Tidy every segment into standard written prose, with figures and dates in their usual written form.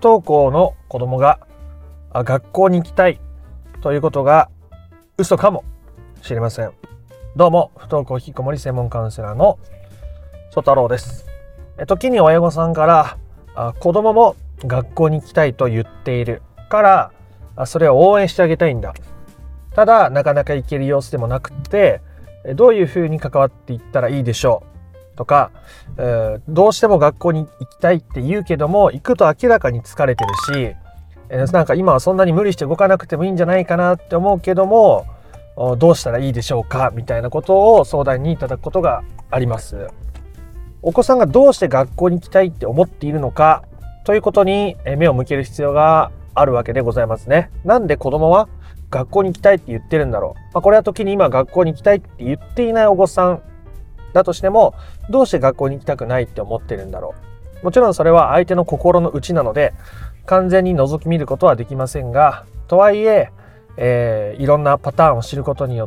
登校の子供が学校に行きたいということが嘘かもしれません。どうも、不登校引きこもり専門カウンセラーの曽太郎です。時に親御さんから子供も学校に行きたいと言っているからそれを応援してあげたいんだ。ただなかなか行ける様子でもなくってどういうふうに関わっていったらいいでしょうとか、どうしても学校に行きたいって言うけども行くと明らかに疲れてるし、なんか今はそんなに無理して動かなくてもいいんじゃないかなって思うけどもどうしたらいいでしょうかみたいなことを相談にいただくことがあります。お子さんがどうして学校に行きたいって思っているのかということに目を向ける必要があるわけでございますね。なんで子供は学校に行きたいって言ってるんだろう。これは時に今学校に行きたいって言っていないお子さんだとしてもどうして学校に行きたくないって思ってるんだろう。もちろんそれは相手の心の内なので完全に覗き見ることはできませんが、とはいえいろんなパターンを知ることによって、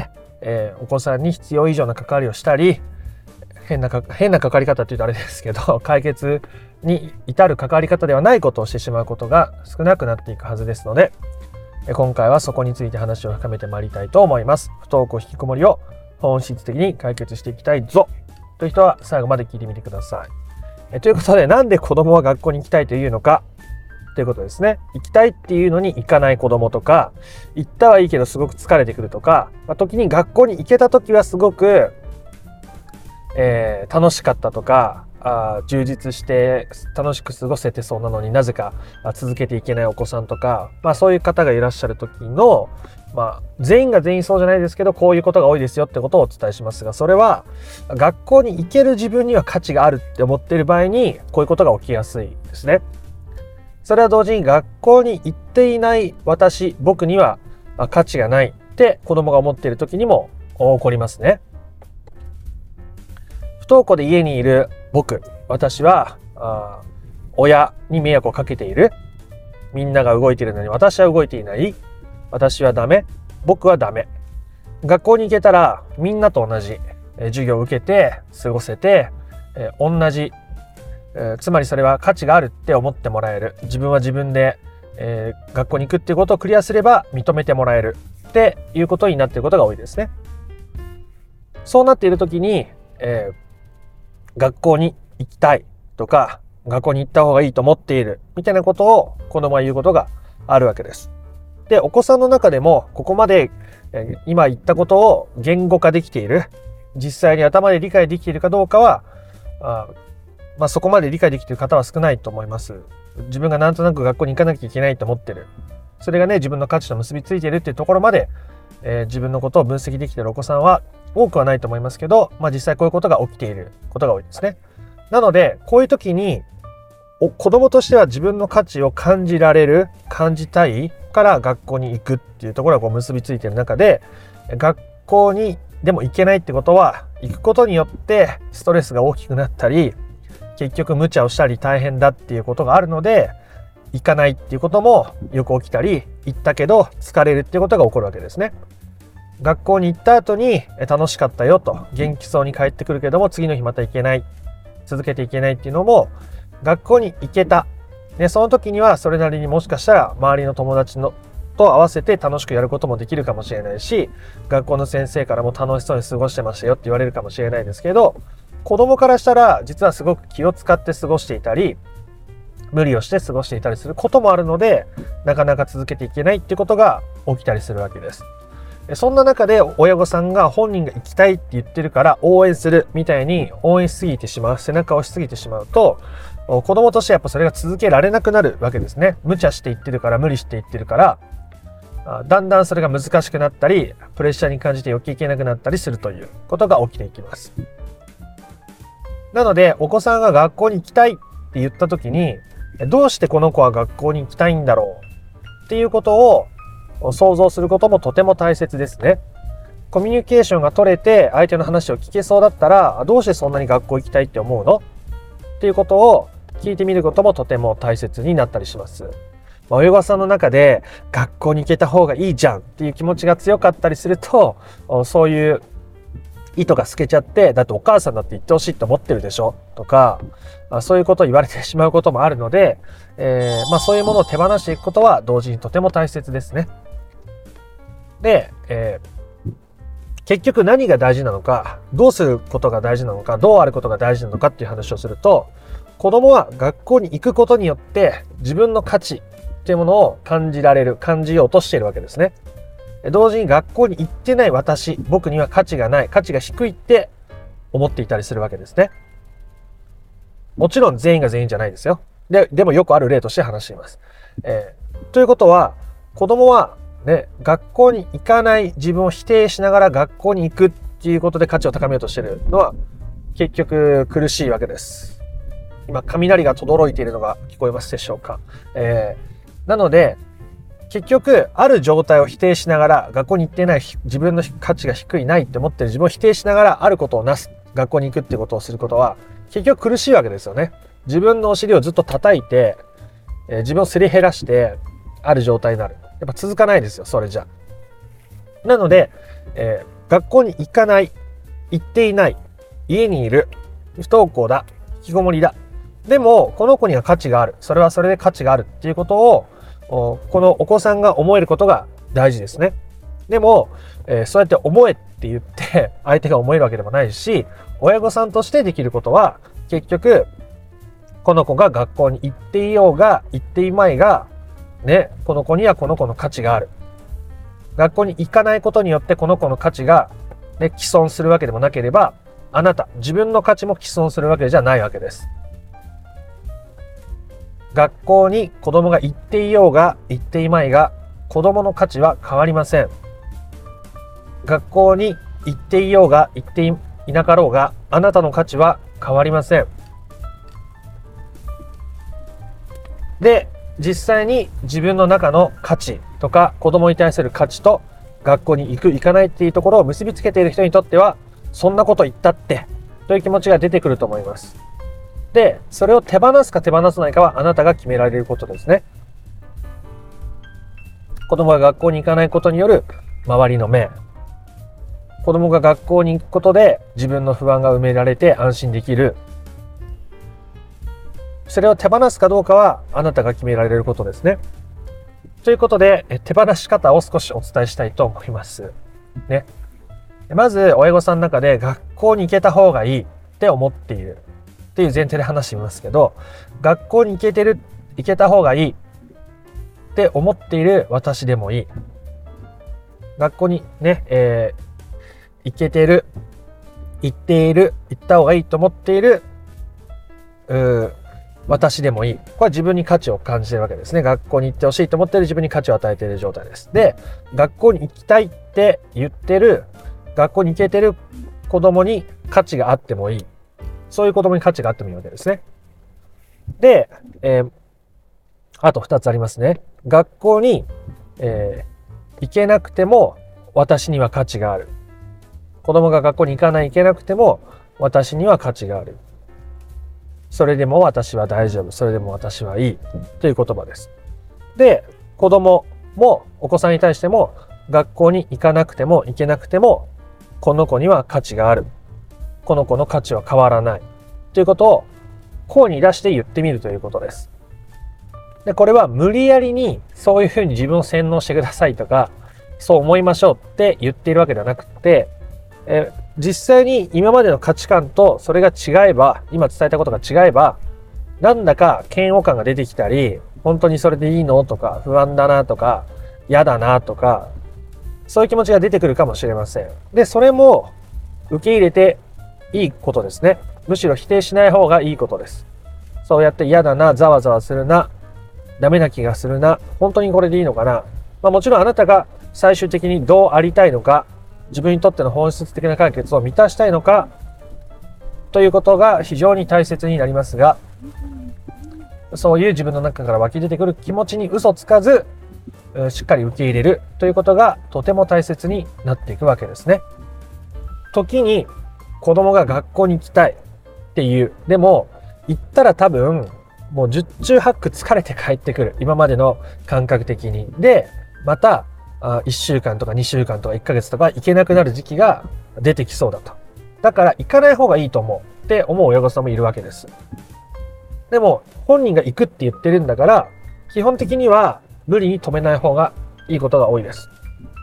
お子さんに必要以上の関わりをしたり変な関わり方って言うとあれですけど解決に至る関わり方ではないことをしてしまうことが少なくなっていくはずですので、今回はそこについて話を深めてまいりたいと思います。不登校引きこもりを本質的に解決していきたいぞという人は最後まで聞いてみてください。ということで、なんで子供は学校に行きたいというのかということですね。行きたいっていうのに行かない子供とか、行ったはいいけどすごく疲れてくるとか、時に学校に行けた時はすごく、楽しかったとか充実して楽しく過ごせてそうなのになぜか続けていけないお子さんとか、そういう方がいらっしゃる時の、全員が全員そうじゃないですけどこういうことが多いですよってことをお伝えしますが、それは学校に行ける自分には価値があるって思っている場合にこういうことが起きやすいですね。それは同時に学校に行っていない僕には価値がないって子供が思っている時にも起こりますね。不登校で家にいる私は親に迷惑をかけている。みんなが動いているのに私は動いていない。私はダメ。僕はダメ。学校に行けたらみんなと同じ授業を受けて過ごせて同じ、つまりそれは価値があるって思ってもらえる。自分は自分で、学校に行くっていうことをクリアすれば認めてもらえるっていうことになっていることが多いですね。そうなっている時に、学校に行きたいとか学校に行った方がいいと思っているみたいなことを子供は言うことがあるわけです。で、お子さんの中でもここまで今言ったことを言語化できている、実際に頭で理解できているかどうかはそこまで理解できている方は少ないと思います。自分がなんとなく学校に行かなきゃいけないと思ってる、それがね自分の価値と結びついているっていうところまで、自分のことを分析できているお子さんは多くはないと思いますけど、実際こういうことが起きていることが多いですね。なのでこういう時に子供としては自分の価値を感じたいから学校に行くっていうところが結びついている中で、学校にでも行けないってことは行くことによってストレスが大きくなったり結局無茶をしたり大変だっていうことがあるので、行かないっていうこともよく起きたり、行ったけど疲れるっていうことが起こるわけですね。学校に行った後に楽しかったよと元気そうに帰ってくるけども次の日また行けない、続けていけないっていうのも、学校に行けた、その時にはそれなりにもしかしたら周りの友達と合わせて楽しくやることもできるかもしれないし、学校の先生からも楽しそうに過ごしてましたよって言われるかもしれないですけど、子供からしたら実はすごく気を使って過ごしていたり無理をして過ごしていたりすることもあるので、なかなか続けていけないっていうことが起きたりするわけです。そんな中で親御さんが本人が行きたいって言ってるから応援するみたいに応援しすぎてしまう、背中を押しすぎてしまうと子供としてやっぱそれが続けられなくなるわけですね。無茶して言ってるから無理して言ってるからだんだんそれが難しくなったりプレッシャーに感じて余計いけなくなったりするということが起きていきます。なのでお子さんが学校に行きたいって言った時にどうしてこの子は学校に行きたいんだろうっていうことを想像することもとても大切ですね。コミュニケーションが取れて相手の話を聞けそうだったらどうしてそんなに学校行きたいって思うのっていうことを聞いてみることもとても大切になったりします。親御さんの中で学校に行けた方がいいじゃんっていう気持ちが強かったりするとそういう糸が透けちゃって、だってお母さんだって言ってほしいって思ってるでしょとか、そういうことを言われてしまうこともあるので、そういうものを手放していくことは同時にとても大切ですね。で、結局何が大事なのか、どうすることが大事なのか、どうあることが大事なのかっていう話をすると、子供は学校に行くことによって自分の価値っていうものを感じようとしているわけですね。同時に学校に行ってない僕には価値がない、価値が低いって思っていたりするわけですね。もちろん全員が全員じゃないですよ。でもよくある例として話しています。ということは、子供はね、学校に行かない自分を否定しながら学校に行くっていうことで価値を高めようとしているのは結局苦しいわけです。今、雷が轟いているのが聞こえますでしょうか。なので、結局、ある状態を否定しながら、学校に行ってない自分の価値が低いないって思ってる自分を否定しながら、あることをなす、学校に行くっていうことをすることは、結局苦しいわけですよね。自分のお尻をずっと叩いて、自分をすり減らして、ある状態になる。やっぱ続かないですよ、それじゃ。なので、学校に行かない、行っていない、家にいる、不登校だ、引きこもりだ。でも、この子には価値がある。それはそれで価値があるっていうことを、このお子さんが思えることが大事ですね。でも、そうやって思えって言って相手が思えるわけでもないし、親御さんとしてできることは結局この子が学校に行っていようが行っていまいがね、この子にはこの子の価値がある。学校に行かないことによってこの子の価値が、ね、毀損するわけでもなければ、あなた自分の価値も毀損するわけじゃないわけです。学校に子供が行っていようが行っていまいが子供の価値は変わりません。学校に行っていようが行っていなかろうがあなたの価値は変わりません。で、実際に自分の中の価値とか子供に対する価値と学校に行く行かないっていうところを結びつけている人にとっては、そんなこと言ったってという気持ちが出てくると思います。で、それを手放すか手放さないかはあなたが決められることですね。子供が学校に行かないことによる周りの目。子供が学校に行くことで自分の不安が埋められて安心できる。それを手放すかどうかはあなたが決められることですね。ということで、手放し方を少しお伝えしたいと思います。ね。まず、親御さんの中で学校に行けた方がいいって思っている。っていう前提で話してみますけど、学校に行けた方がいいって思っている私でもいい。学校にね、行って行った方がいいと思っている私でもいい。これは自分に価値を感じているわけですね。学校に行ってほしいと思っている自分に価値を与えている状態です。で、学校に行きたいって言ってる、学校に行けてる子供に価値があってもいい。そういう子供に価値があってもいいわけですね。で、あと2つありますね。学校に、行けなくても私には価値がある。子供が学校に行けなくても私には価値がある。それでも私は大丈夫。それでも私はいい。という言葉です。で、子供もお子さんに対しても学校に行かなくても行けなくてもこの子には価値がある。この子の価値は変わらない。ということを声に出して言ってみるということです。で、これは無理やりにそういうふうに自分を洗脳してくださいとか、そう思いましょうって言っているわけではなくて、実際に今までの価値観とそれが違えば、今伝えたことが違えば、なんだか嫌悪感が出てきたり、本当にそれでいいのとか、不安だなとか、嫌だなとか、そういう気持ちが出てくるかもしれません。で、それも受け入れていいことですね。むしろ否定しない方がいいことです。そうやって嫌だな、ざわざわするな、ダメな気がするな、本当にこれでいいのかな。もちろんあなたが最終的にどうありたいのか、自分にとっての本質的な解決を満たしたいのか、ということが非常に大切になりますが、そういう自分の中から湧き出てくる気持ちに嘘つかず、しっかり受け入れるということがとても大切になっていくわけですね。時に子供が学校に行きたいっていう、でも行ったら多分もう十中八九疲れて帰ってくる。今までの感覚的に。で、また1週間とか2週間とか1ヶ月とか行けなくなる時期が出てきそうだと。 だから行かない方がいいと思うって思う親御さんもいるわけです。でも本人が行くって言ってるんだから、基本的には無理に止めない方がいいことが多いです。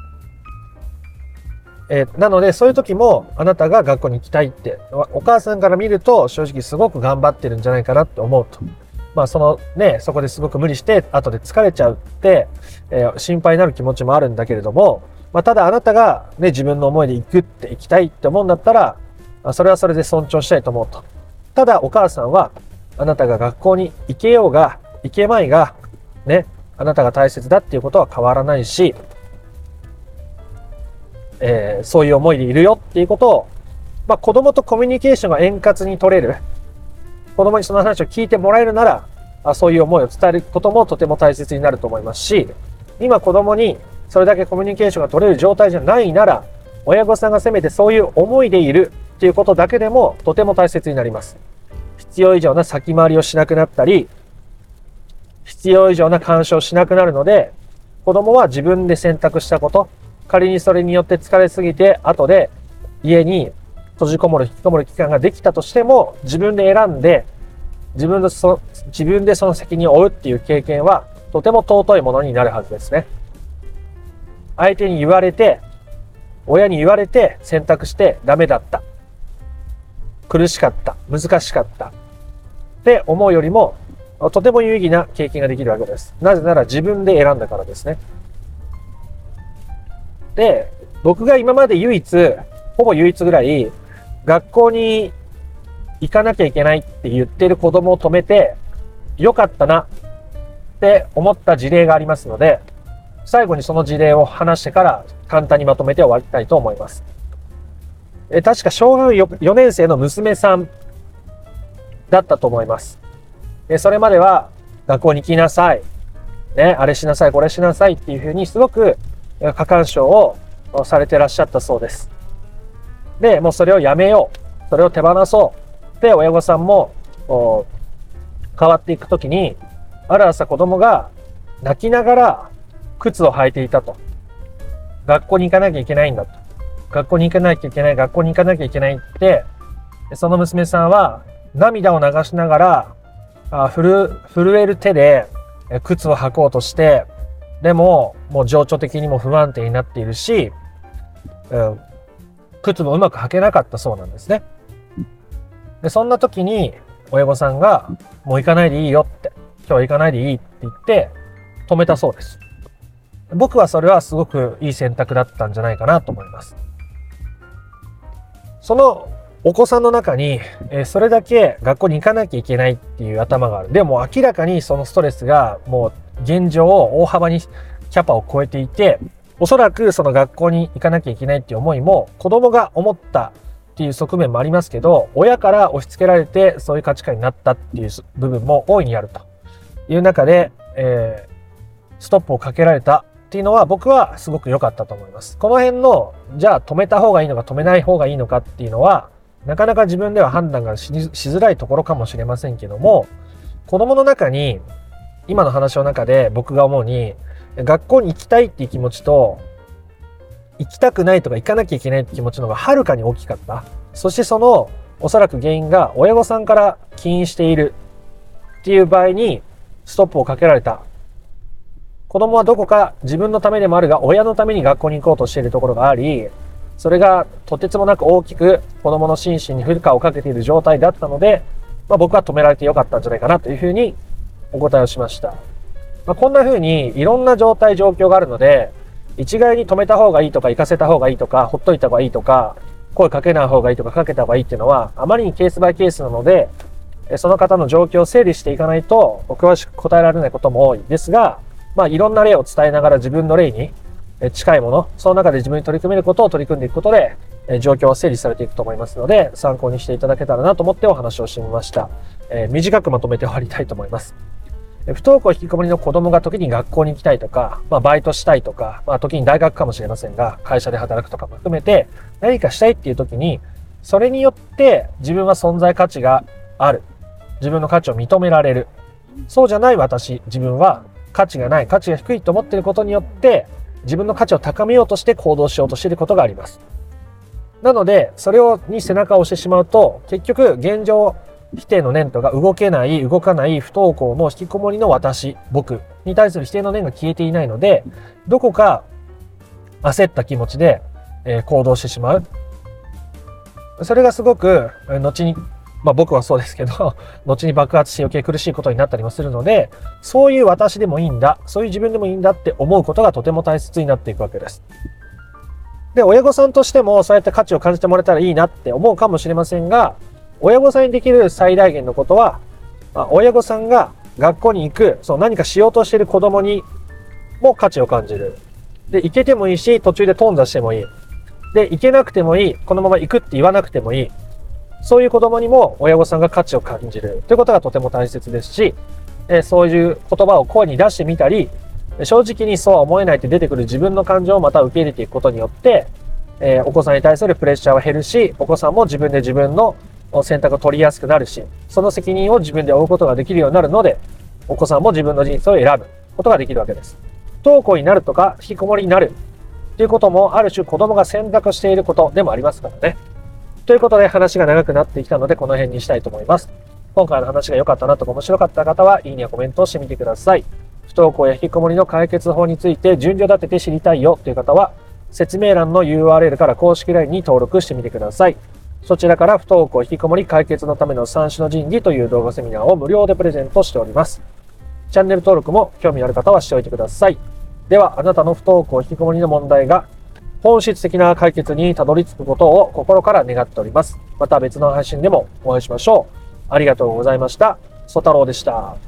なのでそういう時もあなたが学校に行きたいってお母さんから見ると正直すごく頑張ってるんじゃないかなって思うと。そこですごく無理して後で疲れちゃうって、心配になる気持ちもあるんだけれども、ただあなたがね、自分の思いで行きたいって思うんだったら、それはそれで尊重したいと思うと。ただお母さんはあなたが学校に行けようが行けまいがね、あなたが大切だっていうことは変わらないし、そういう思いでいるよっていうことを、子供とコミュニケーションが円滑に取れる、子供にその話を聞いてもらえるなら、そういう思いを伝えることもとても大切になると思いますし、今子供にそれだけコミュニケーションが取れる状態じゃないなら、親御さんがせめてそういう思いでいるっていうことだけでもとても大切になります。必要以上な先回りをしなくなったり、必要以上な干渉しなくなるので、子供は自分で選択したこと、仮にそれによって疲れすぎて後で家に閉じこもる引きこもる期間ができたとしても、自分で選んで自分でその責任を負うっていう経験はとても尊いものになるはずですね。相手に言われて、親に言われて選択してダメだった、苦しかった、難しかったって思うよりもとても有意義な経験ができるわけです。なぜなら自分で選んだからですね。で、僕が今までほぼ唯一ぐらい学校に行かなきゃいけないって言ってる子供を止めてよかったなって思った事例がありますので、最後にその事例を話してから簡単にまとめて終わりたいと思います。確か小学4年生の娘さんだったと思います。それまでは学校に行きなさい、ね、あれしなさいこれしなさいっていうふうにすごく過干渉をされてらっしゃったそうです。で、もうそれをやめよう、それを手放そうって親御さんも変わっていくときに、ある朝子供が泣きながら靴を履いていたと。学校に行かなきゃいけないんだと。学校に行かなきゃいけない、学校に行かなきゃいけないって、その娘さんは涙を流しながら震える手で靴を履こうとして、でももう情緒的にも不安定になっているし、靴もうまく履けなかったそうなんですね。で、そんな時に親御さんがもう行かないでいいよって、今日は行かないでいいって言って止めたそうです。僕はそれはすごくいい選択だったんじゃないかなと思います。そのお子さんの中に、それだけ学校に行かなきゃいけないっていう頭がある。でも明らかにそのストレスがもう現状を大幅にキャパを超えていて、おそらくその学校に行かなきゃいけないっていう思いも子供が思ったっていう側面もありますけど、親から押し付けられてそういう価値観になったっていう部分も大いにあるという中で、ストップをかけられたっていうのは僕はすごく良かったと思います。この辺のじゃあ止めた方がいいのか止めない方がいいのかっていうのはなかなか自分では判断がしづらいところかもしれませんけども、子供の中に今の話の中で僕が思うに、学校に行きたいっていう気持ちと行きたくないとか行かなきゃいけないって気持ちの方がはるかに大きかった。そしてそのおそらく原因が親御さんから起因しているっていう場合にストップをかけられた。子供はどこか自分のためでもあるが親のために学校に行こうとしているところがあり、それがとてつもなく大きく子供の心身に負荷をかけている状態だったので、僕は止められてよかったんじゃないかなというふうにお答えをしました。こんなふうにいろんな状況があるので、一概に止めた方がいいとか行かせた方がいいとかほっといた方がいいとか声かけない方がいいとかかけた方がいいっていうのはあまりにケースバイケースなので、その方の状況を整理していかないと詳しく答えられないことも多いですが、いろんな例を伝えながら自分の例に近いもの、その中で自分に取り組めることを取り組んでいくことで状況は整理されていくと思いますので、参考にしていただけたらなと思ってお話をしてみました。短くまとめて終わりたいと思います。不登校引きこもりの子供が時に学校に行きたいとか、バイトしたいとか、時に大学かもしれませんが、会社で働くとかも含めて何かしたいっていう時に、それによって自分は存在価値がある。自分の価値を認められる。そうじゃない自分は価値がない、価値が低いと思っていることによって、自分の価値を高めようとして行動しようとしていることがあります。 なので、それに背中を押してしまうと、結局、現状否定の念とか動けない、動かない、不登校の引きこもりの私、僕に対する否定の念が消えていないので、どこか焦った気持ちで、行動してしまう。それがすごく、後に、僕はそうですけど、後に爆発して余計苦しいことになったりもするので、そういう私でもいいんだ、そういう自分でもいいんだって思うことがとても大切になっていくわけです。で、親御さんとしてもそうやって価値を感じてもらえたらいいなって思うかもしれませんが、親御さんにできる最大限のことは、親御さんが学校に行く、何かしようとしている子供にも価値を感じる。で、行けてもいいし、途中で頓挫してもいい。で、行けなくてもいい。このまま行くって言わなくてもいい。そういう子供にも親御さんが価値を感じるということがとても大切ですし、そういう言葉を声に出してみたり、正直にそうは思えないって出てくる自分の感情をまた受け入れていくことによって、お子さんに対するプレッシャーは減るし、お子さんも自分で自分の選択を取りやすくなるし、その責任を自分で負うことができるようになるので、お子さんも自分の人生を選ぶことができるわけです。不登校になるとか引きこもりになるということもある種子供が選択していることでもありますからね。ということで話が長くなってきたのでこの辺にしたいと思います。今回の話が良かったなとか面白かった方はいいねやコメントをしてみてください。不登校や引きこもりの解決法について順序立てて知りたいよという方は説明欄の URL から公式 LINE に登録してみてください。そちらから不登校引きこもり解決のための三種の神器という動画セミナーを無料でプレゼントしております。チャンネル登録も興味ある方はしておいてください。ではあなたの不登校引きこもりの問題が本質的な解決にたどり着くことを心から願っております。また別の配信でもお会いしましょう。ありがとうございました。ソ太郎でした。